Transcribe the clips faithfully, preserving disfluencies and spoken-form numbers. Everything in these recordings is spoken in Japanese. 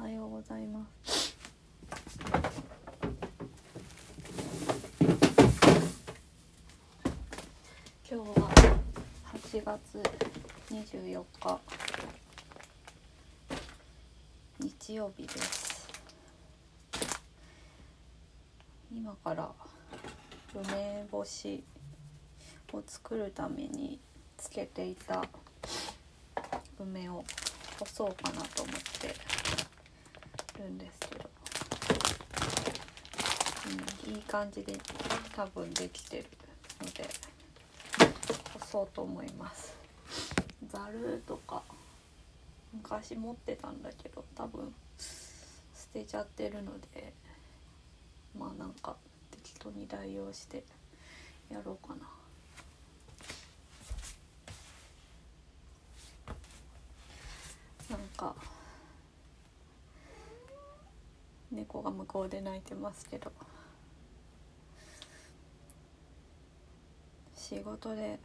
はようございます。今日ははちがつにじゅうよっか日曜日です。今から梅干しを作るためにつけていた梅を干そうかなと思ってるんですけど、うん、いい感じで多分できてるので干そうと思います。ざるとか昔持ってたんだけど多分捨てちゃってるので、まあなんか適当に代用してやろうかな。なんか猫が向こうで鳴いてますけど、仕事で、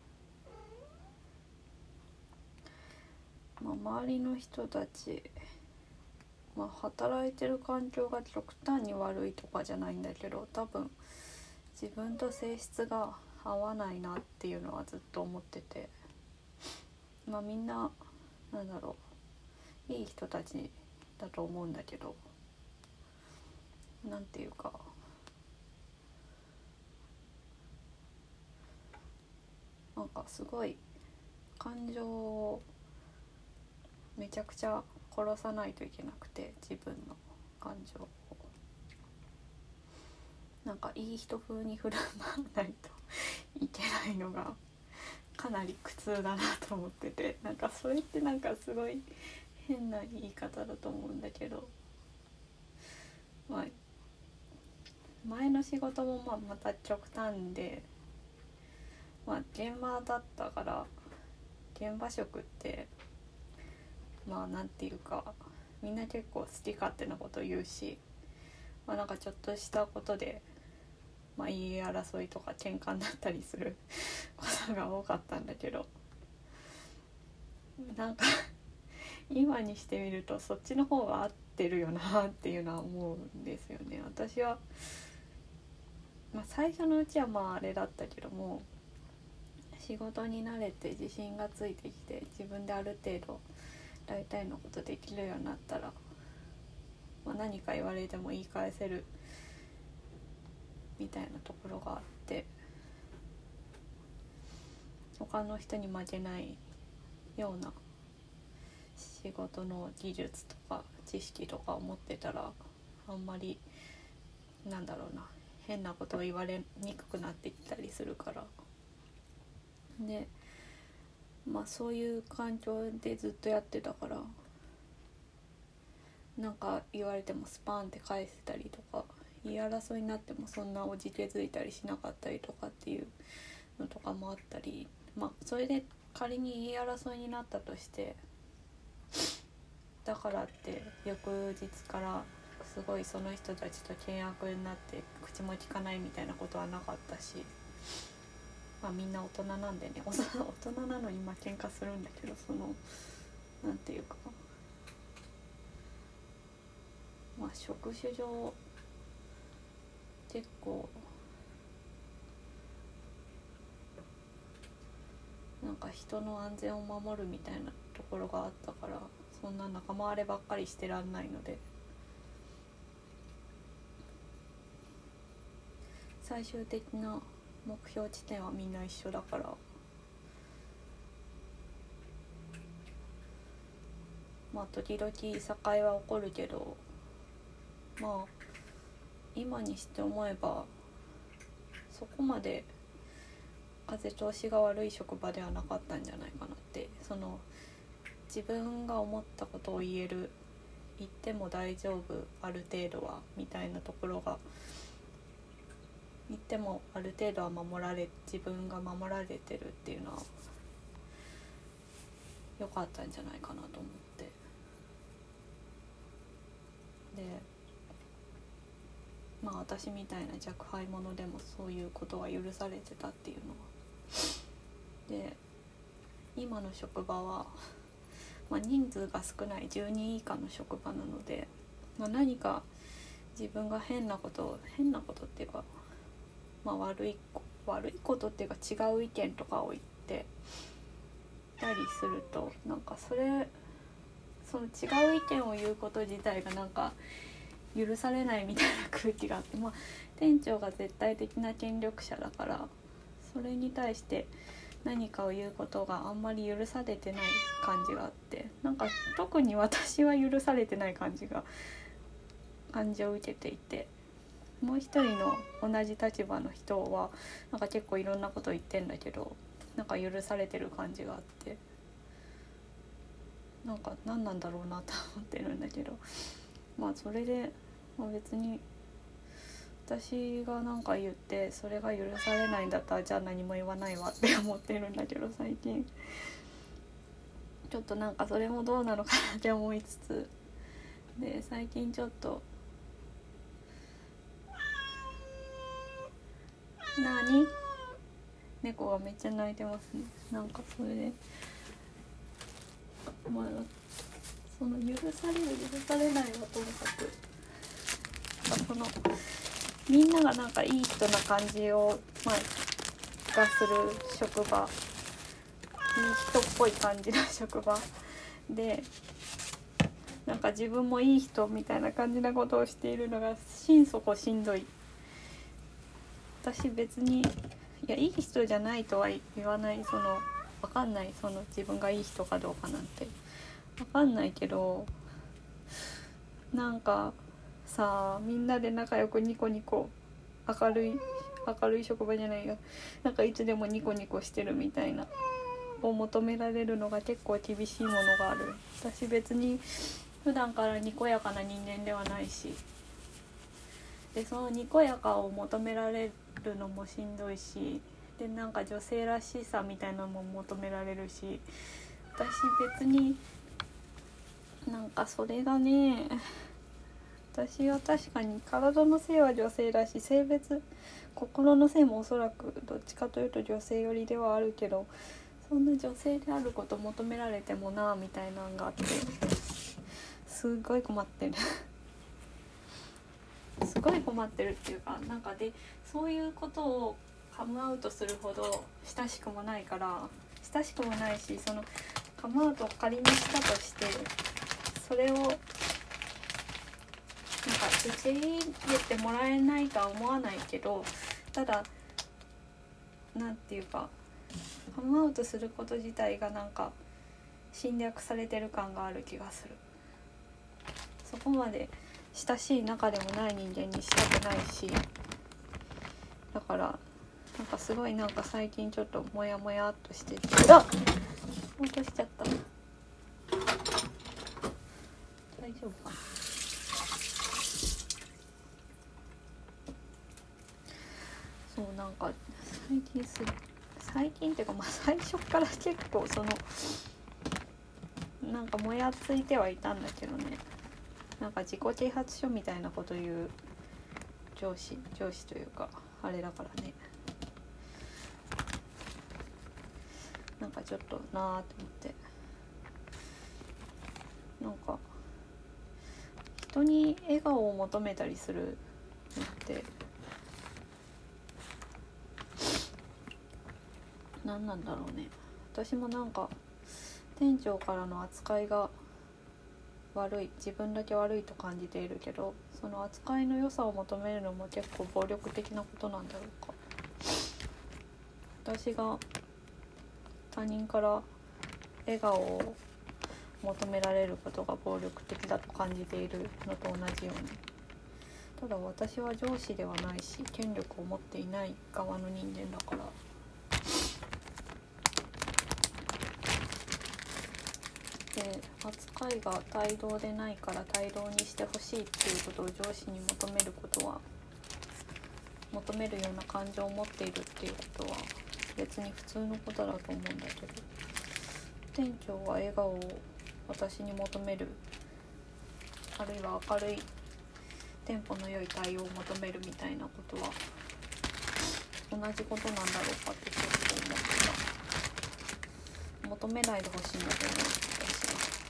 まあ、周りの人たち、まあ、働いてる環境が極端に悪いとかじゃないんだけど、多分自分と性質が合わないなっていうのはずっと思ってて、まあみんななんだろう、いい人たちだと思うんだけど、なんていうかなんかすごい感情をめちゃくちゃ殺さないといけなくて、自分の感情をなんかいい人風に振る舞わないといけないのがかなり苦痛だなと思ってて、なんかそれってなんかすごい変な言い方だと思うんだけど、まあ前の仕事もまあまた極端で、まあ現場だったから現場職ってまあなんていうかみんな結構好き勝手なこと言うし、まあなんかちょっとしたことでまあ言い争いとか喧嘩になったりすることが多かったんだけど、なんか今にしてみるとそっちの方が合ってるよなっていうのは思うんですよね。私はまあ最初のうちはまああれだったけども、仕事に慣れて自信がついてきて自分である程度大体のことできるようになったら、まあ、何か言われても言い返せるみたいなところがあって、他の人に負けないような仕事の技術とか知識とかを持ってたら、あんまりなんだろうな変なことを言われにくくなってきたりするからで、まあそういう環境でずっとやってたから、なんか言われてもスパンって返せたりとか、言い争いになってもそんなおじけづいたりしなかったりとかっていうのとかもあったり、まあそれで仮に言い争いになったとして、だからって翌日からすごいその人たちと険悪になって口も聞かないみたいなことはなかったし、まあみんな大人なんでね、大人なのにまあ喧嘩するんだけど、そのなんていうかまあ職種上結構なんか人の安全を守るみたいなところがあったから、そんな仲間割ればっかりしてらんないので、最終的な目標地点はみんな一緒だから、まあ時々いさかいは起こるけど、まあ今にして思えばそこまで風通しが悪い職場ではなかったんじゃないかなって、その自分が思ったことを言える、言っても大丈夫ある程度はみたいなところが、言ってもある程度は守られ自分が守られてるっていうのは良かったんじゃないかなと思って、でまあ私みたいな若輩者でもそういうことが許されてたっていうのはで、今の職場はまあ、人数が少ないじゅうにん以下の職場なので、まあ、何か自分が変なこと変なことっていうか、まあ、悪い悪いことっていうか違う意見とかを言ってたりすると、なんかそれその違う意見を言うこと自体がなんか許されないみたいな空気があって、まあ、店長が絶対的な権力者だから、それに対して何かを言うことがあんまり許されてない感じがあって、なんか特に私は許されてない感じが感じを受けていて、もう一人の同じ立場の人はなんか結構いろんなこと言ってんだけど、なんか許されてる感じがあって、なんか何なんだろうなと思ってるんだけど、まあそれで、まあ、別に私が何か言ってそれが許されないんだったらじゃあ何も言わないわって思ってるんだけど、最近ちょっとなんかそれもどうなのかなって思いつつで、最近ちょっとなに猫がめっちゃ鳴いてますね。なんかそれでまあその許される許されないはともかく、そのみんながなんかいい人な感じを、まあ、がする職場、いい人っぽい感じの職場で、なんか自分もいい人みたいな感じなことをしているのが心底しんどい。私別にいやいい人じゃないとは言わない、その分かんない、その自分がいい人かどうかなんて分かんないけど、なんかさあみんなで仲良くニコニコ明るい明るい職場じゃないよ、なんかいつでもニコニコしてるみたいなを求められるのが結構厳しいものがある。私別に普段からにこやかな人間ではないし、でそのにこやかを求められるのもしんどいし、でなんか女性らしさみたいなのも求められるし、私別になんかそれがね、私は確かに体の性は女性だし、性別心の性もおそらくどっちかというと女性寄りではあるけど、そんな女性であること求められてもなみたいなのがあって、すっごい困ってるすごい困ってるっていうか、なんかでそういうことをカムアウトするほど親しくもないから親しくもないし、そのカムアウトを仮にしたとしてそれをなんか受け入れてもらえないとは思わないけど、ただなんていうかカムアウトすること自体がなんか侵略されてる感がある気がする。そこまで親しい仲でもない人間にしたくないし、だからなんかすごいなんか最近ちょっとモヤモヤっとしてて、あっ落としちゃった、大丈夫かな。そうなんか最近す最近っていうかまあ最初から結構そのなんかもやついてはいたんだけどね、なんか自己啓発書みたいなこと言う上司上司というかあれだからね、なんかちょっとなーって思って、なんか人に笑顔を求めたりするのって何なんだろうね。私もなんか店長からの扱いが悪い、自分だけ悪いと感じているけど、その扱いの良さを求めるのも結構暴力的なことなんだろうか。私が他人から笑顔を求められることが暴力的だと感じているのと同じように、ただ私は上司ではないし権力を持っていない側の人間だから、で扱いが対等でないから対等にしてほしいっていうことを上司に求めることは、求めるような感情を持っているっていうことは別に普通のことだと思うんだけど、店長は笑顔を私に求める、あるいは明るいテンポの良い対応を求めるみたいなことは同じことなんだろうかってちょっと思ってた。求めないでほしいんだと思う私は。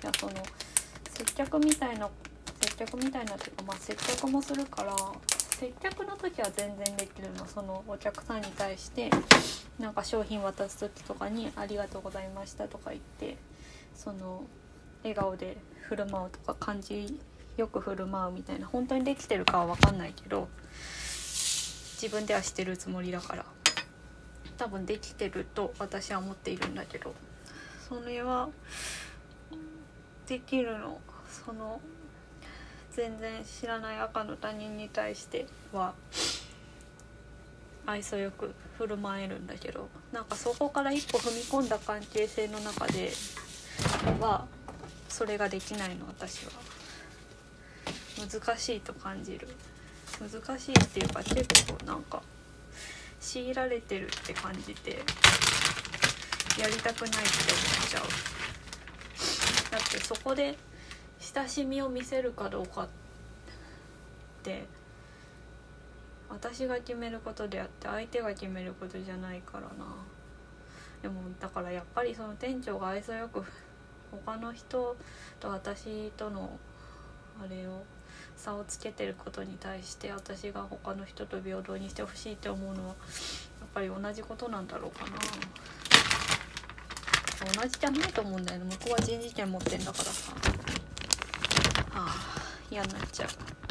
やその接客みたいな接客みたいなっていうか、まあ接客もするから接客の時は全然できるの。そのお客さんに対してなんか商品渡す時とかにありがとうございましたとか言ってその笑顔で振る舞うとか感じよく振る舞うみたいな、本当にできてるかは分かんないけど自分ではしてるつもりだから多分できてると私は思っているんだけど、それはできるの。その全然知らない赤の他人に対しては愛想よく振る舞えるんだけど、なんかそこから一歩踏み込んだ関係性の中ではそれができないの。私は難しいと感じる。難しいっていうか結構なんか強いられてるって感じてやりたくないって思っちゃう。だってそこで親しみを見せるかどうかって私が決めることであって相手が決めることじゃないからな。でもだからやっぱりその店長が愛想よく他の人と私とのあれを差をつけてることに対して私が他の人と平等にしてほしいって思うのはやっぱり同じことなんだろうかな。同じじゃないと思うんだよね。向こうは人事権持ってんだからさ、はあ嫌になっちゃう。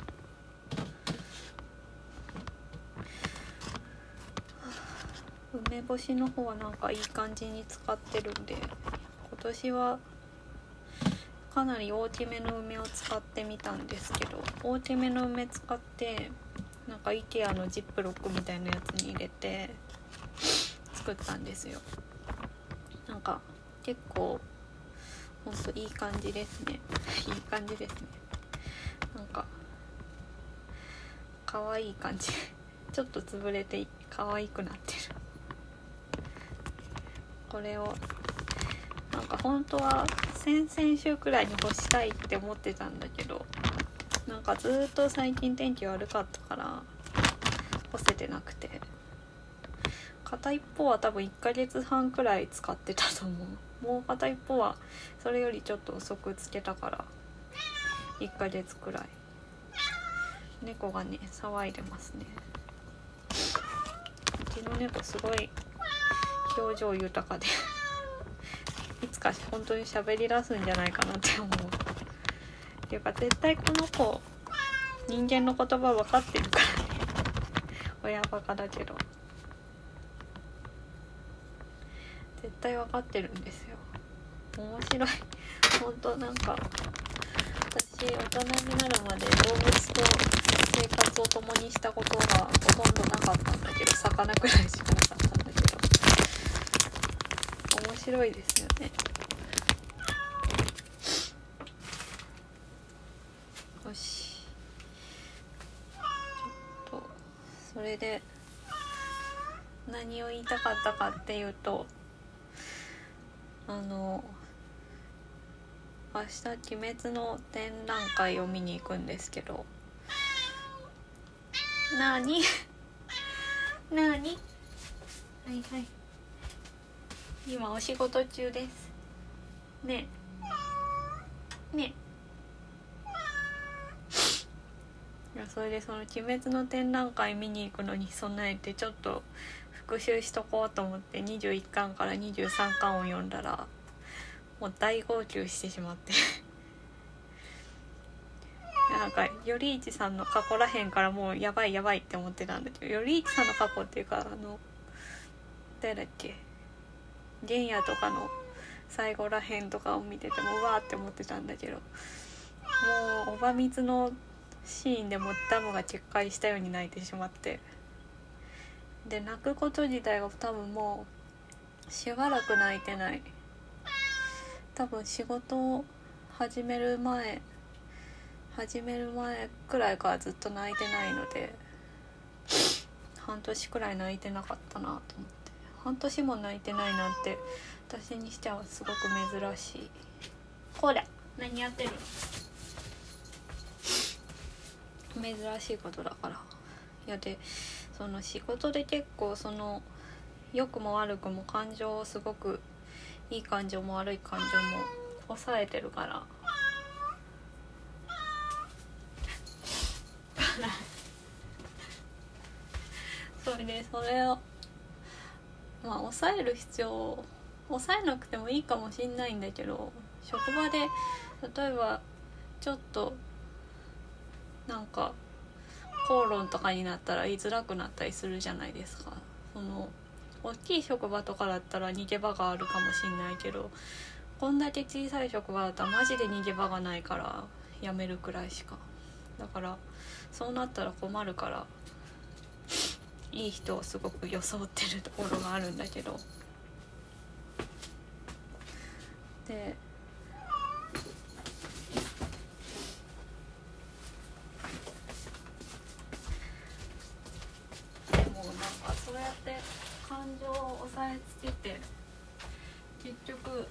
梅干しの方はなんかいい感じに使ってるんで今年はかなり大きめの梅を使ってみたんですけど、大きめの梅使ってなんか IKEA のジップロックみたいなやつに入れて作ったんですよ。なんか結構ほんといい感じですねいい感じですね。なんか可愛い感じちょっと潰れて可愛くなってる。これをなんか本当は先々週くらいに干したいって思ってたんだけどなんかずっと最近天気悪かったから干せてなくて、片一方は多分いっかげつはんくらい使ってたと思う。もう片一方はそれよりちょっと遅くつけたからいっかげつくらい。猫がね騒いでますね。うちの猫すごい表情豊かでいつか本当に喋り出すんじゃないかなって思う。っていうか絶対この子人間の言葉分かってるからね親バカだけど絶対分かってるんですよ。面白い本当。なんか私大人になるまで動物と生活を共にしたことがほとんどなかったんだけど、魚くらいしかなかったんだけど面白いですよね。よし、ちょっとそれで何を言いたかったかっていうと、あの明日鬼滅の展覧会を見に行くんですけど、なーになーにはいはい今お仕事中ですねえねえ。いやそれでその鬼滅の展覧会見に行くのに備えてちょっと復習しとこうと思ってにじゅういっかんからにじゅうさんかんを読んだらもう大号泣してしまってなんか頼一さんの過去らへんからもうやばいやばいって思ってたんだけど、頼一さんの過去っていうかあの誰だっけ玄也とかの最後らへんとかを見ててもうわーって思ってたんだけど、もうおばみつのシーンでもダムが決壊したように泣いてしまって、で泣くこと自体が多分もうしばらく泣いてない。多分仕事を始める前始める前くらいからずっと泣いてないので半年くらい泣いてなかったなと思って、半年も泣いてないなんて私にしてはすごく珍しい。こら何やってるの珍しいことだから。いやでその仕事で結構その良くも悪くも感情をすごくいい感情も悪い感情も抑えてるからそれでそれをまあ抑える必要抑えなくてもいいかもしんないんだけど、職場で例えばちょっとなんか口論とかになったら言いづらくなったりするじゃないですか。その大きい職場とかだったら逃げ場があるかもしんないけど、こんだけ小さい職場だったらマジで逃げ場がないから辞めるくらいしか。だからそうなったら困るからいい人をすごく装ってるところがあるんだけど、でもうなんかそうやって感情を抑えつけて結局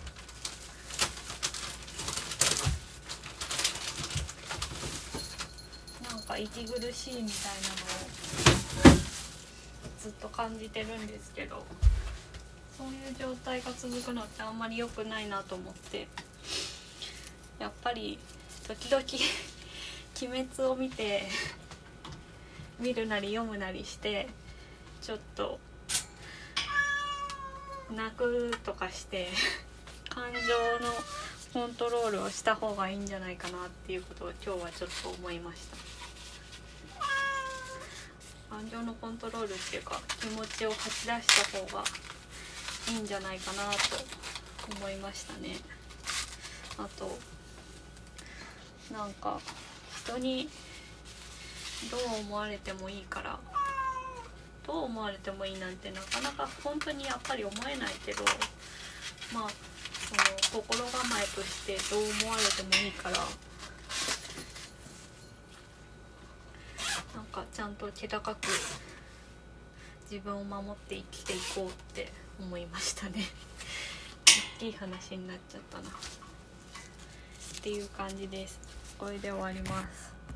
なんか息苦しいみたいなのをずっと感じてるんですけど、そういう状態が続くのってあんまり良くないなと思って、やっぱり時々鬼滅を見て見るなり読むなりしてちょっと泣くとかして感情のコントロールをした方がいいんじゃないかなっていうことを今日はちょっと思いました。感情のコントロールっていうか気持ちを吐き出した方がいいんじゃないかなと思いましたね。あとなんか人にどう思われてもいいから、どう思われてもいいなんてなかなか本当にやっぱり思えないけど、まあその心構えとしてどう思われてもいいからなんかちゃんと気高く自分を守って生きていこうって思いましたね大きい話になっちゃったなっていう感じです。これで終わります。